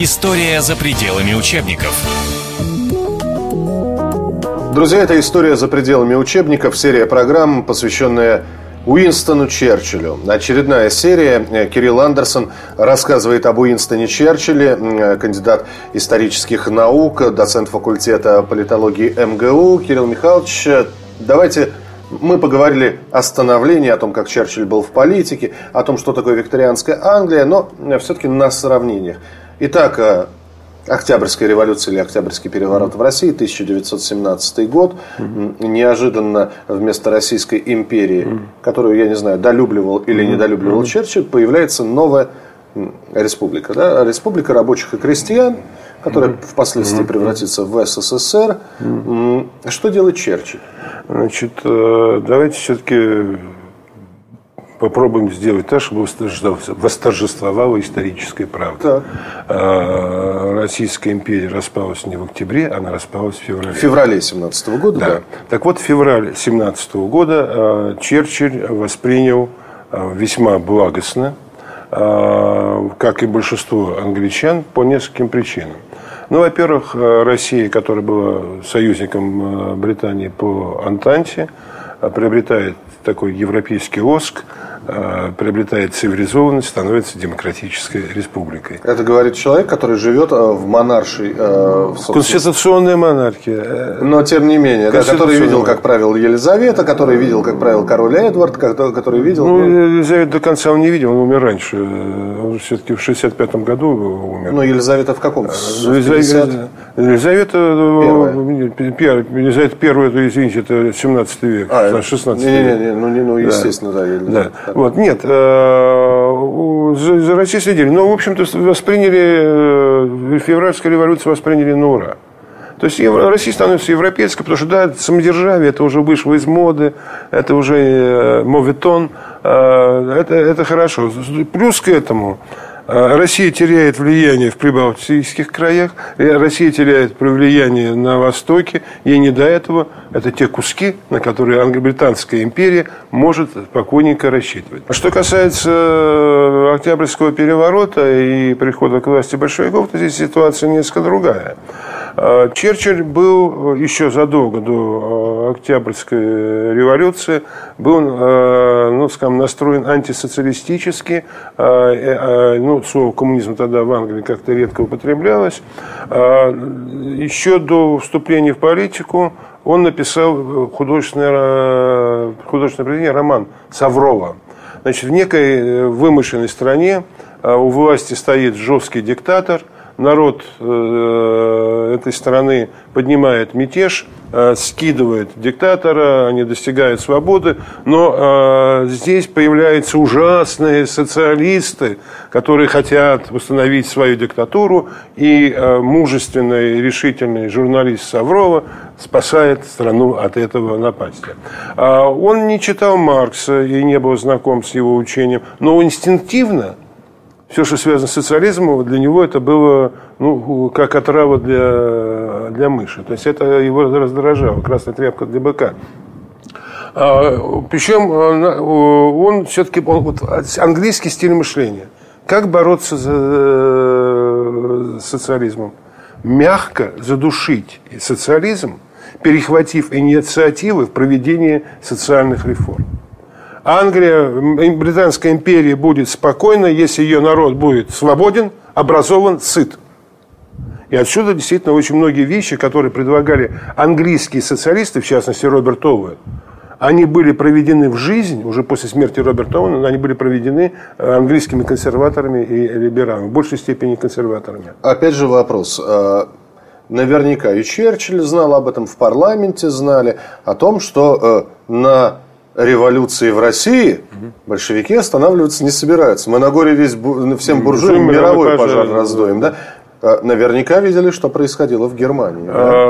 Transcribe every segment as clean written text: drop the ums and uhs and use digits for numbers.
История за пределами учебников. Друзья, это «История за пределами учебников», серия программ, посвященная Уинстону Черчиллю. Очередная серия. Кирилл Андерсон рассказывает об Уинстоне Черчилле, кандидат исторических наук, доцент факультета политологии МГУ. Кирилл Михайлович, давайте мы поговорили о становлении, о том, как Черчилль был в политике, о том, что такое викторианская Англия, но все-таки на сравнениях. Итак, Октябрьская революция или Октябрьский переворот в России, 1917 год. Неожиданно вместо Российской империи, которую, я не знаю, долюбливал или недолюбливал Черчилль, появляется новая республика. Да? Республика рабочих и крестьян, которая впоследствии превратится в СССР. Что делает Черчилль? Значит, давайте все-таки попробуем сделать так, чтобы восторжествовала историческая правда. Российская империя распалась не в октябре, она распалась в феврале. В феврале 17 года, да. Так вот, в феврале 17 года Черчилль воспринял весьма благостно, как и большинство англичан, по нескольким причинам. Ну, во-первых, Россия, которая была союзником Британии по Антанте, приобретает такой европейский лоск, приобретает цивилизованность, становится демократической республикой. Это говорит человек, который живет в монаршей... Конституционная монархия. Но тем не менее, да, который видел, как правила Елизавета, который видел, как правил король Эдвард, который видел... Елизавета до конца он не видел, он умер раньше. Он все-таки в 65-м году умер. Но Елизавета в каком? Елизавета первая, извините, это 17 век, 16 век. Ну, естественно, да. Вот, нет, за Россию следили. Но, в общем-то, восприняли, февральскую революцию восприняли на ура. То есть Россия становится европейской, потому что, да, самодержавие, это уже вышло из моды, это уже моветон, это хорошо. Плюс к этому Россия теряет влияние в прибалтийских краях, Россия теряет влияние на Востоке, ей не до этого. Это те куски, на которые Англо-Британская империя может спокойненько рассчитывать. Что касается Октябрьского переворота и прихода к власти большевиков, то здесь ситуация несколько другая. Черчилль был еще задолго до Октябрьской революции, был, настроен антисоциалистически. Слово коммунизм тогда в Англии как-то редко употреблялось. Еще до вступления в политику он написал художественное произведение, роман «Саврова». Значит, в некой вымышленной стране у власти стоит жесткий диктатор. Народ этой страны поднимает мятеж, скидывает диктатора, они достигают свободы. Но здесь появляются ужасные социалисты, которые хотят восстановить свою диктатуру. И мужественный и решительный журналист Саврова спасает страну от этого напасти. Он не читал Маркса и не был знаком с его учением, но инстинктивно все, что связано с социализмом, для него это было как отрава для мыши. То есть это его раздражало, красная тряпка для быка. Причем он все-таки английский стиль мышления. Как бороться с социализмом? Мягко задушить социализм, перехватив инициативы в проведении социальных реформ. Англия, Британская империя будет спокойна, если ее народ будет свободен, образован, сыт. И отсюда действительно очень многие вещи, которые предлагали английские социалисты, в частности Роберт Оуэн, они были проведены в жизнь, уже после смерти Роберта Оуэна, они были проведены английскими консерваторами и либералами, в большей степени консерваторами. Опять же вопрос. Наверняка и Черчилль знал об этом, в парламенте знали, о том, что на революции в России большевики останавливаться не собираются. Мы на горе всем буржуям мировой пожар раздуем. Да? Наверняка видели, что происходило в Германии.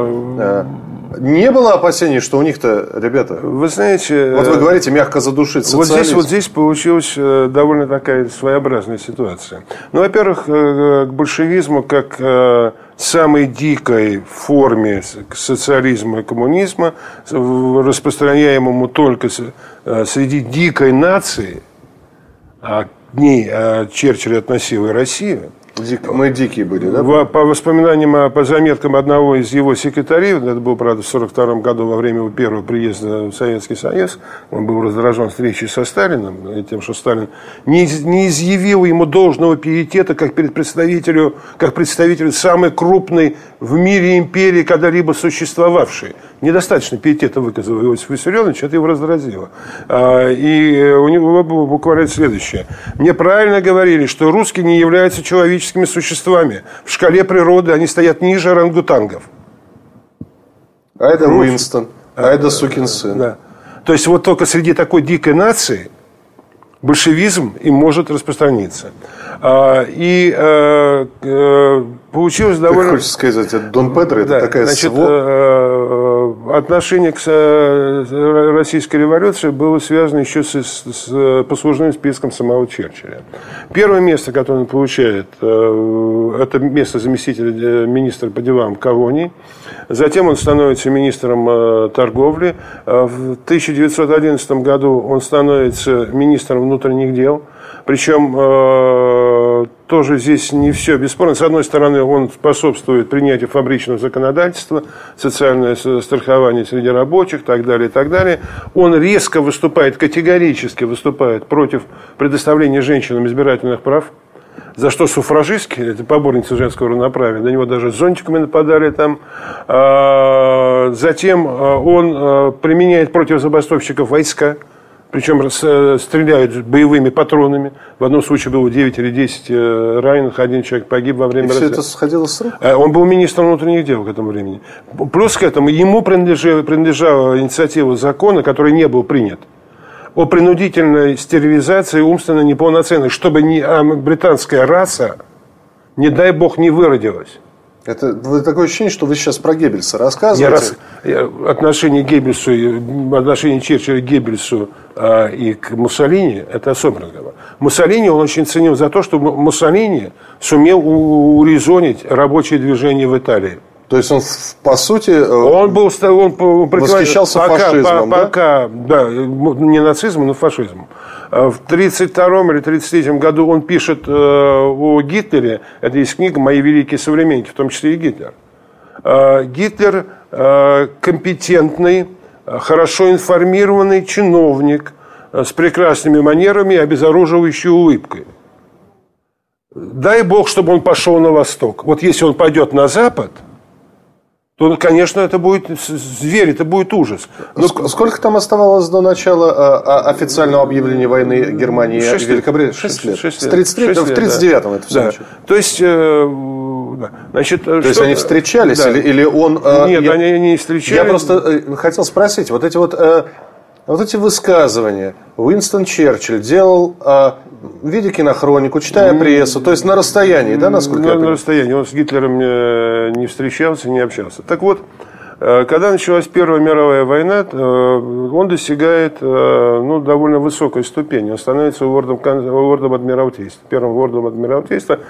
Не было опасений, что у них-то, ребята... Вы знаете... Вот вы говорите, мягко задушить социализм. Вот здесь получилась довольно такая своеобразная ситуация. Ну, во-первых, к большевизму, как самой дикой форме социализма и коммунизма, распространяемому только среди дикой нации, а к ней Черчилль относил и Россию, Мы дикие были, да? По воспоминаниям, по заметкам одного из его секретарей, это был, правда, в 1942 году во время его первого приезда в Советский Союз, он был раздражен встречей со Сталиным, и тем, что Сталин не изъявил ему должного пиетета как представителю самой крупной в мире империи, когда-либо существовавшей. Недостаточно пиетета выказал Иосиф Виссарионович, это его раздразило. И у него было буквально следующее. Мне правильно говорили, что русские не являются человеческими существами. В шкале природы они стоят ниже орангутангов. А это Уинстон, а это сукин сын. Да. То есть вот только среди такой дикой нации большевизм и может распространиться. И получилось довольно... Ты хочешь сказать, это Дон Педро, это такая отношение к российской революции было связано еще с послужным списком самого Черчилля. Первое место, которое он получает, это место заместителя министра по делам колоний. Затем он становится министром торговли. В 1911 году он становится министром внутренних дел. Причем тоже здесь не все бесспорно. С одной стороны, он способствует принятию фабричного законодательства, социальное страхование среди рабочих, так далее, и так далее. Он резко выступает, категорически выступает против предоставления женщинам избирательных прав, за что суфражистки, это поборницы женского равноправия, на него даже зонтиками нападали там. Затем он применяет против забастовщиков войска. Причем стреляют боевыми патронами. В одном случае было 9 или 10 раненых, один человек погиб во время... И все это сходило с рук? Он был министром внутренних дел к этому времени. Плюс к этому ему принадлежала инициатива закона, который не был принят, о принудительной стерилизации умственно неполноценных, чтобы британская раса, не дай бог, не выродилась. Это такое ощущение, что вы сейчас про Геббельса рассказываете. Отношение Черчилля к Геббельсу и к Муссолини – это особый разговор. Муссолини он очень ценил за то, что Муссолини сумел урезонить рабочее движение в Италии. То есть он, по сути, он восхищался фашизмом, да, не нацизмом, но фашизмом. В 1932 или 1933 году он пишет о Гитлере, это есть книга «Мои великие современники», в том числе и Гитлер. Гитлер компетентный, хорошо информированный чиновник с прекрасными манерами и обезоруживающей улыбкой. Дай бог, чтобы он пошел на восток. Вот если он пойдет на запад, то, конечно, это будет зверь, это будет ужас. Но сколько там оставалось до начала официального объявления войны Германии и Великобритании? 6 лет. С 33-го, в 39-м это все началось. То есть, значит... То есть они встречались? Да. Или он... Нет, они не встречались. Я просто хотел спросить, вот эти высказывания Уинстон Черчилль делал... видя кинохронику, читая прессу, то есть на расстоянии, да, насколько я понимаю? На расстоянии. Он с Гитлером не встречался, не общался. Так вот, когда началась Первая мировая война, он достигает довольно высокой ступени. Он становится лордом Адмиралтейства, первым лордом Адмиралтейства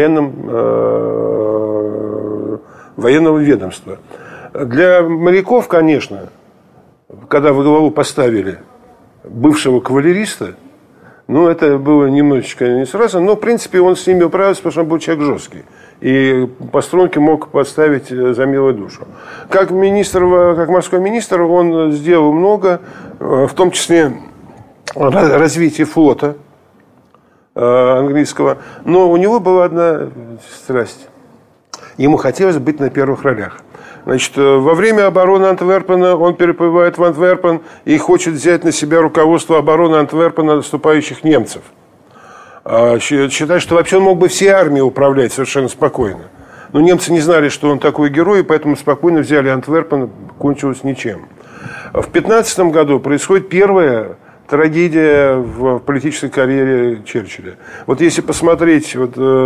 военного ведомства. Для моряков, конечно, когда во главу поставили бывшего кавалериста, это было немножечко не сразу, но, в принципе, он с ними управился, потому что он был человек жесткий. И по струнке мог поставить за милую душу. Как морской министр, он сделал много, в том числе развитие флота английского. Но у него была одна страсть. Ему хотелось быть на первых ролях. Значит, во время обороны Антверпена он переплывает в Антверпен и хочет взять на себя руководство обороны Антверпена наступающих немцев. Считает, что вообще он мог бы всей армией управлять совершенно спокойно. Но немцы не знали, что он такой герой, и поэтому спокойно взяли Антверпен, кончилось ничем. В 1915 году происходит первая трагедия в политической карьере Черчилля. Вот если посмотреть...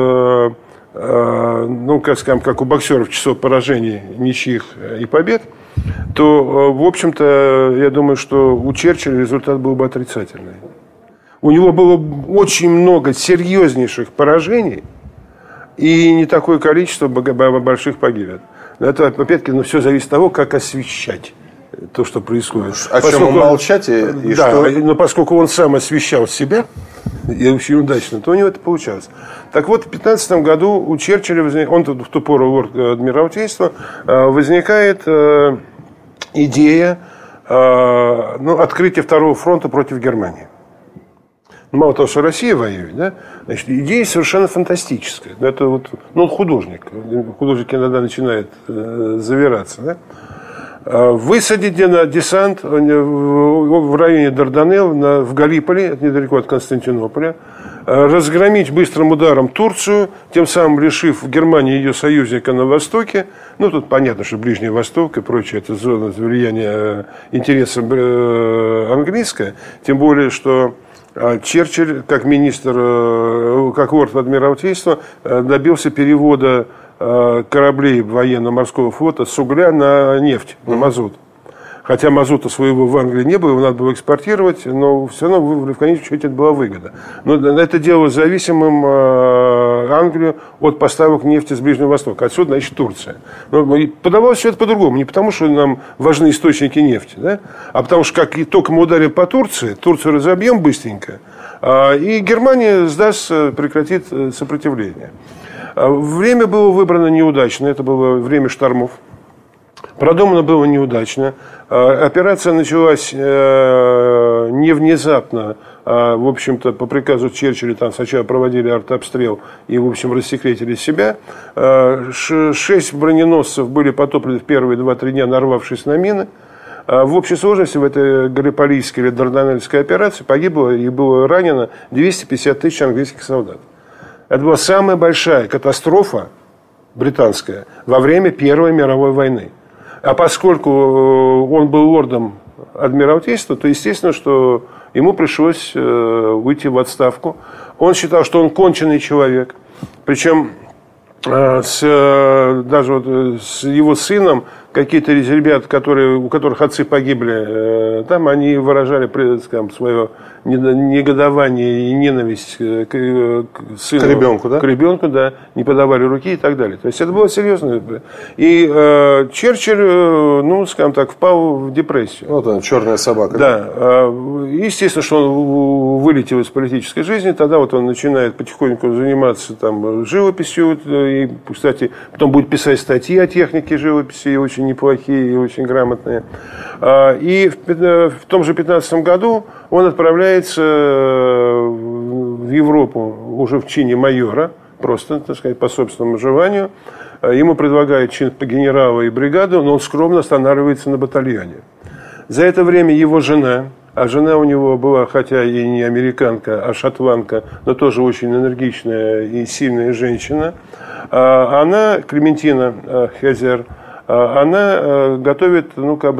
как у боксеров число поражений, ничьих и побед, то, в общем-то, я думаю, что у Черчилля результат был бы отрицательный. У него было очень много серьезнейших поражений и не такое количество больших побед. Это, опять-таки, все зависит от того, как освещать то, что происходит. О чем молчать и что? Но поскольку он сам освещал себя, и очень удачно, то у него это получалось. Так вот, в 15 году у Черчилля, он в ту пору лорд Адмиралтейства, возникает идея открытия второго фронта против Германии. Мало того, что Россия воюет, да, значит, идея совершенно фантастическая. Это вот, он художник. Художник иногда начинает завираться. Да? Высадить десант в районе Дарданелл в Галиполи, недалеко от Константинополя, разгромить быстрым ударом Турцию, тем самым лишив Германии ее союзника на востоке. Ну, тут понятно, что Ближний Восток и прочее, это зона влияния интереса английская, тем более, что Черчилль, как министр, как лорд Адмиралтейства, добился перевода кораблей военно-морского флота с угля на нефть, на мазут. Хотя мазута своего в Англии не было, его надо было экспортировать, но все равно в конечном счете это была выгода. Но это делало зависимым Англию от поставок нефти с Ближнего Востока. Отсюда, значит, Турция. Но подавалось все это по-другому. Не потому, что нам важны источники нефти, да? А потому что, как только мы ударим по Турции, Турцию разобьем быстренько, и Германия прекратит сопротивление. Время было выбрано неудачно. Это было время штормов. Продумано было неудачно. Операция началась не внезапно, в общем-то, по приказу Черчилля там сначала проводили артобстрел и, в общем, рассекретили себя. 6 броненосцев были потоплены в первые 2-3 дня, нарвавшись на мины. В общей сложности в этой Галиполийской или Дарданельской операции погибло и было ранено 250 тысяч английских солдат. Это была самая большая катастрофа британская во время Первой мировой войны. А поскольку он был лордом Адмиралтейства, то естественно, что ему пришлось уйти в отставку. Он считал, что он конченый человек. Причем даже вот с его сыном какие-то из ребят, у которых отцы погибли, там они выражали, скажем, свое негодование и ненависть к сыну. К ребенку, да? К ребенку, да. Не подавали руки и так далее. То есть это было серьезно. И Черчилль, скажем так, впал в депрессию. Вот она, черная собака. Да. Естественно, что он вылетел из политической жизни. Тогда вот он начинает потихоньку заниматься там живописью. И, кстати, потом будет писать статьи о технике живописи, очень неплохие и очень грамотные. И в том же 15 году он отправляется в Европу уже в чине майора, просто, так сказать, по собственному желанию. Ему предлагают чин генерала и бригаду, но он скромно останавливается на батальоне. За это время его жена, а жена у него была, хотя и не американка, а шотландка, но тоже очень энергичная и сильная женщина, она, Клементина Хезер, она готовит,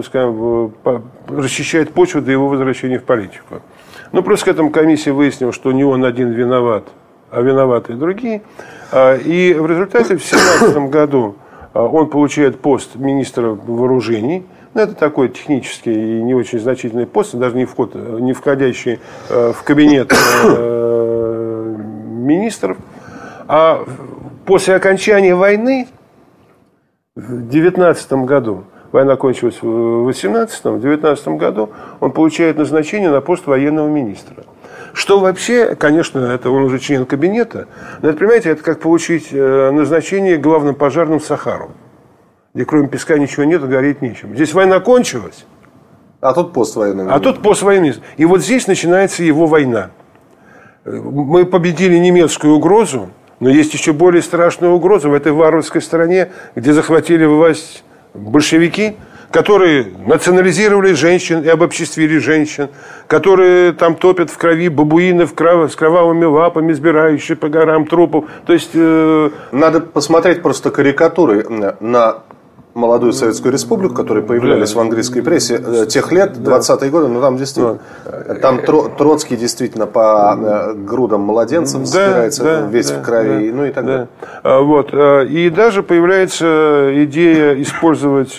расчищает почву до его возвращения в политику. Просто к этому комиссия выяснила, что не он один виноват, а виноваты и другие. И в результате в 2017 году он получает пост министра вооружений. Это такой технический и не очень значительный пост, даже не входящий в кабинет министров. А после окончания войны в 2019 году, война кончилась в 2018, в 2019 году он получает назначение на пост военного министра. Что вообще, конечно, это он уже член кабинета, но это, понимаете, это как получить назначение главным пожарным в Сахару, где кроме песка ничего нет, гореть нечем. Здесь война кончилась. А тут пост военный министр. А тут пост военный министр. И вот здесь начинается его война. Мы победили немецкую угрозу, но есть еще более страшная угроза в этой варварской стране, где захватили власть большевики, которые национализировали женщин и обобществили женщин, которые там топят в крови бабуинов с кровавыми лапами, сбирающие по горам трупов. То есть надо посмотреть просто карикатуры на молодую Советскую Республику, которые появлялись в английской прессе тех лет, 20-е годы, там действительно, там Троцкий действительно по грудам младенцев собирается весь в крови, и так далее. Вот. И даже появляется идея использовать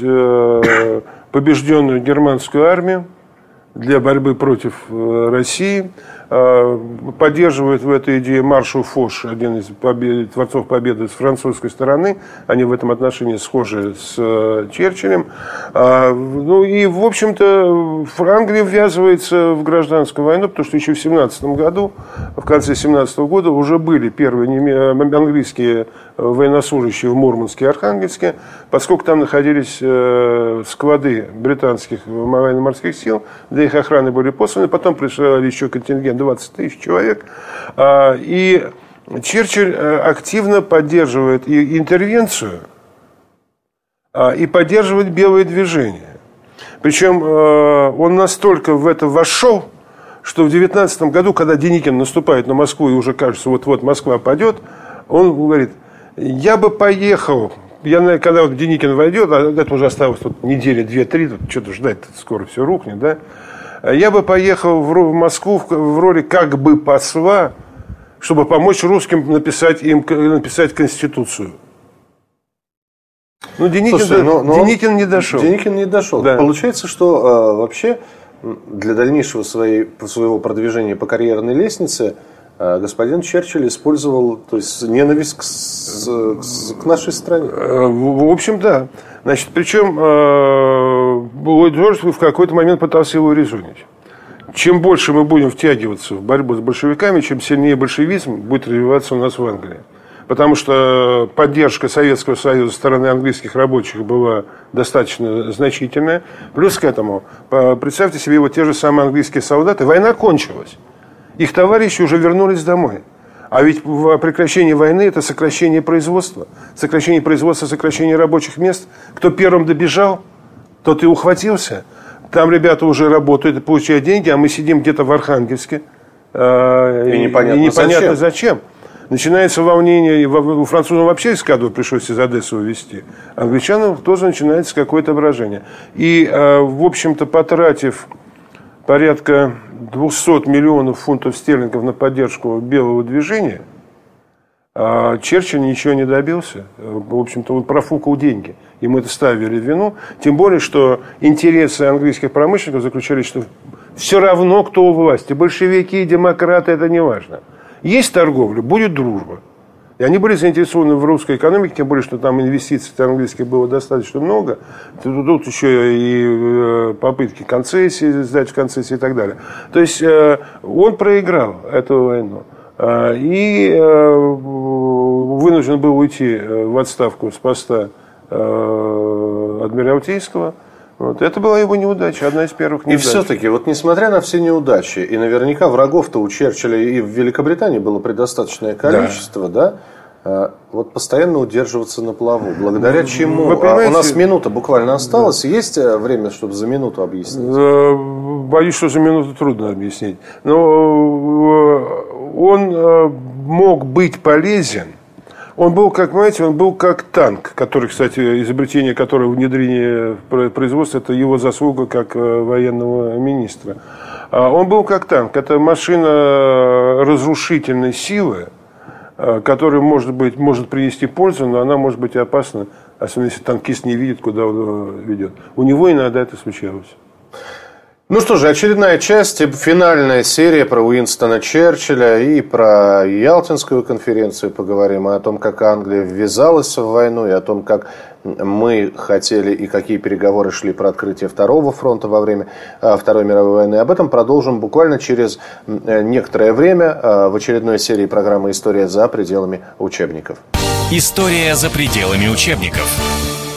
побежденную германскую армию для борьбы против России. поддерживает в этой идее маршал Фош, один из творцов победы с французской стороны. Они в этом отношении схожи с Черчиллем. Ну и, в общем-то, Англия ввязывается в гражданскую войну, потому что еще в 17 году, в конце 17 года, уже были первые английские военнослужащие в Мурманске и Архангельске, поскольку там находились склады британских военно-морских сил, для их охраны были посланы, потом прислали еще контингент 20 тысяч человек, и Черчилль активно поддерживает и интервенцию, и поддерживает белое движение. Причем он настолько в это вошел, что в 19 году, когда Деникин наступает на Москву и уже кажется, вот-вот Москва падет, он говорит: я бы поехал, когда вот Деникин войдет, а это уже осталось тут недели 2-3, тут что-то ждать, скоро все рухнет, да? Я бы поехал в Москву в роли как бы посла, чтобы помочь русским написать Конституцию. Ну, Деникин не дошел. Деникин не дошел. Да. Получается, что вообще для дальнейшего своего продвижения по карьерной лестнице господин Черчилль использовал, то есть, ненависть к нашей стране. В общем, да. Значит, причем Ллойд Джордж в какой-то момент пытался его резонить. Чем больше мы будем втягиваться в борьбу с большевиками, чем сильнее большевизм будет развиваться у нас в Англии. Потому что поддержка Советского Союза со стороны английских рабочих была достаточно значительная. Плюс к этому, представьте себе, вот те же самые английские солдаты, война кончилась. Их товарищи уже вернулись домой. А ведь прекращение войны – это сокращение производства. Сокращение производства, сокращение рабочих мест. Кто первым добежал, тот и ухватился. Там ребята уже работают и получают деньги, а мы сидим где-то в Архангельске. И непонятно зачем. Начинается волнение. У французов вообще эскадру пришлось из Одессы увезти. Англичанам тоже начинается какое-то брожение. И, в общем-то, потратив порядка 200 миллионов фунтов стерлингов на поддержку белого движения, Черчилль ничего не добился. В общем-то, он профукал деньги. Ему это ставили в вину. Тем более, что интересы английских промышленников заключались, что все равно, кто у власти. Большевики, демократы, это не важно. Есть торговля, будет дружба. И они были заинтересованы в русской экономике, тем более, что там инвестиций английских было достаточно много. Тут еще и попытки концессии, сдать в концессии и так далее. То есть он проиграл эту войну. И вынужден был уйти в отставку с поста Адмиралтейского. Вот. Это была его неудача, одна из первых неудач. И все-таки, вот несмотря на все неудачи, и наверняка врагов-то у Черчилля и в Великобритании было предостаточное количество, да? Вот постоянно удерживаться на плаву. Благодаря чему? У нас минута буквально осталась. Да. Есть время, чтобы за минуту объяснить? Боюсь, что за минуту трудно объяснить. Но он мог быть полезен. Он был, как, понимаете, он был как танк, который, кстати, изобретение которого внедрение производства, это его заслуга как военного министра. Он был как танк. Это машина разрушительной силы, которая, может принести пользу, но она может быть и опасна, особенно если танкист не видит, куда он ведет. У него иногда это случалось. Ну что же, очередная часть, финальная серия про Уинстона Черчилля и про Ялтинскую конференцию поговорим, о том, как Англия ввязалась в войну, и о том, как мы хотели и какие переговоры шли про открытие второго фронта во время Второй мировой войны. Об этом продолжим буквально через некоторое время в очередной серии программы «История за пределами учебников». История за пределами учебников.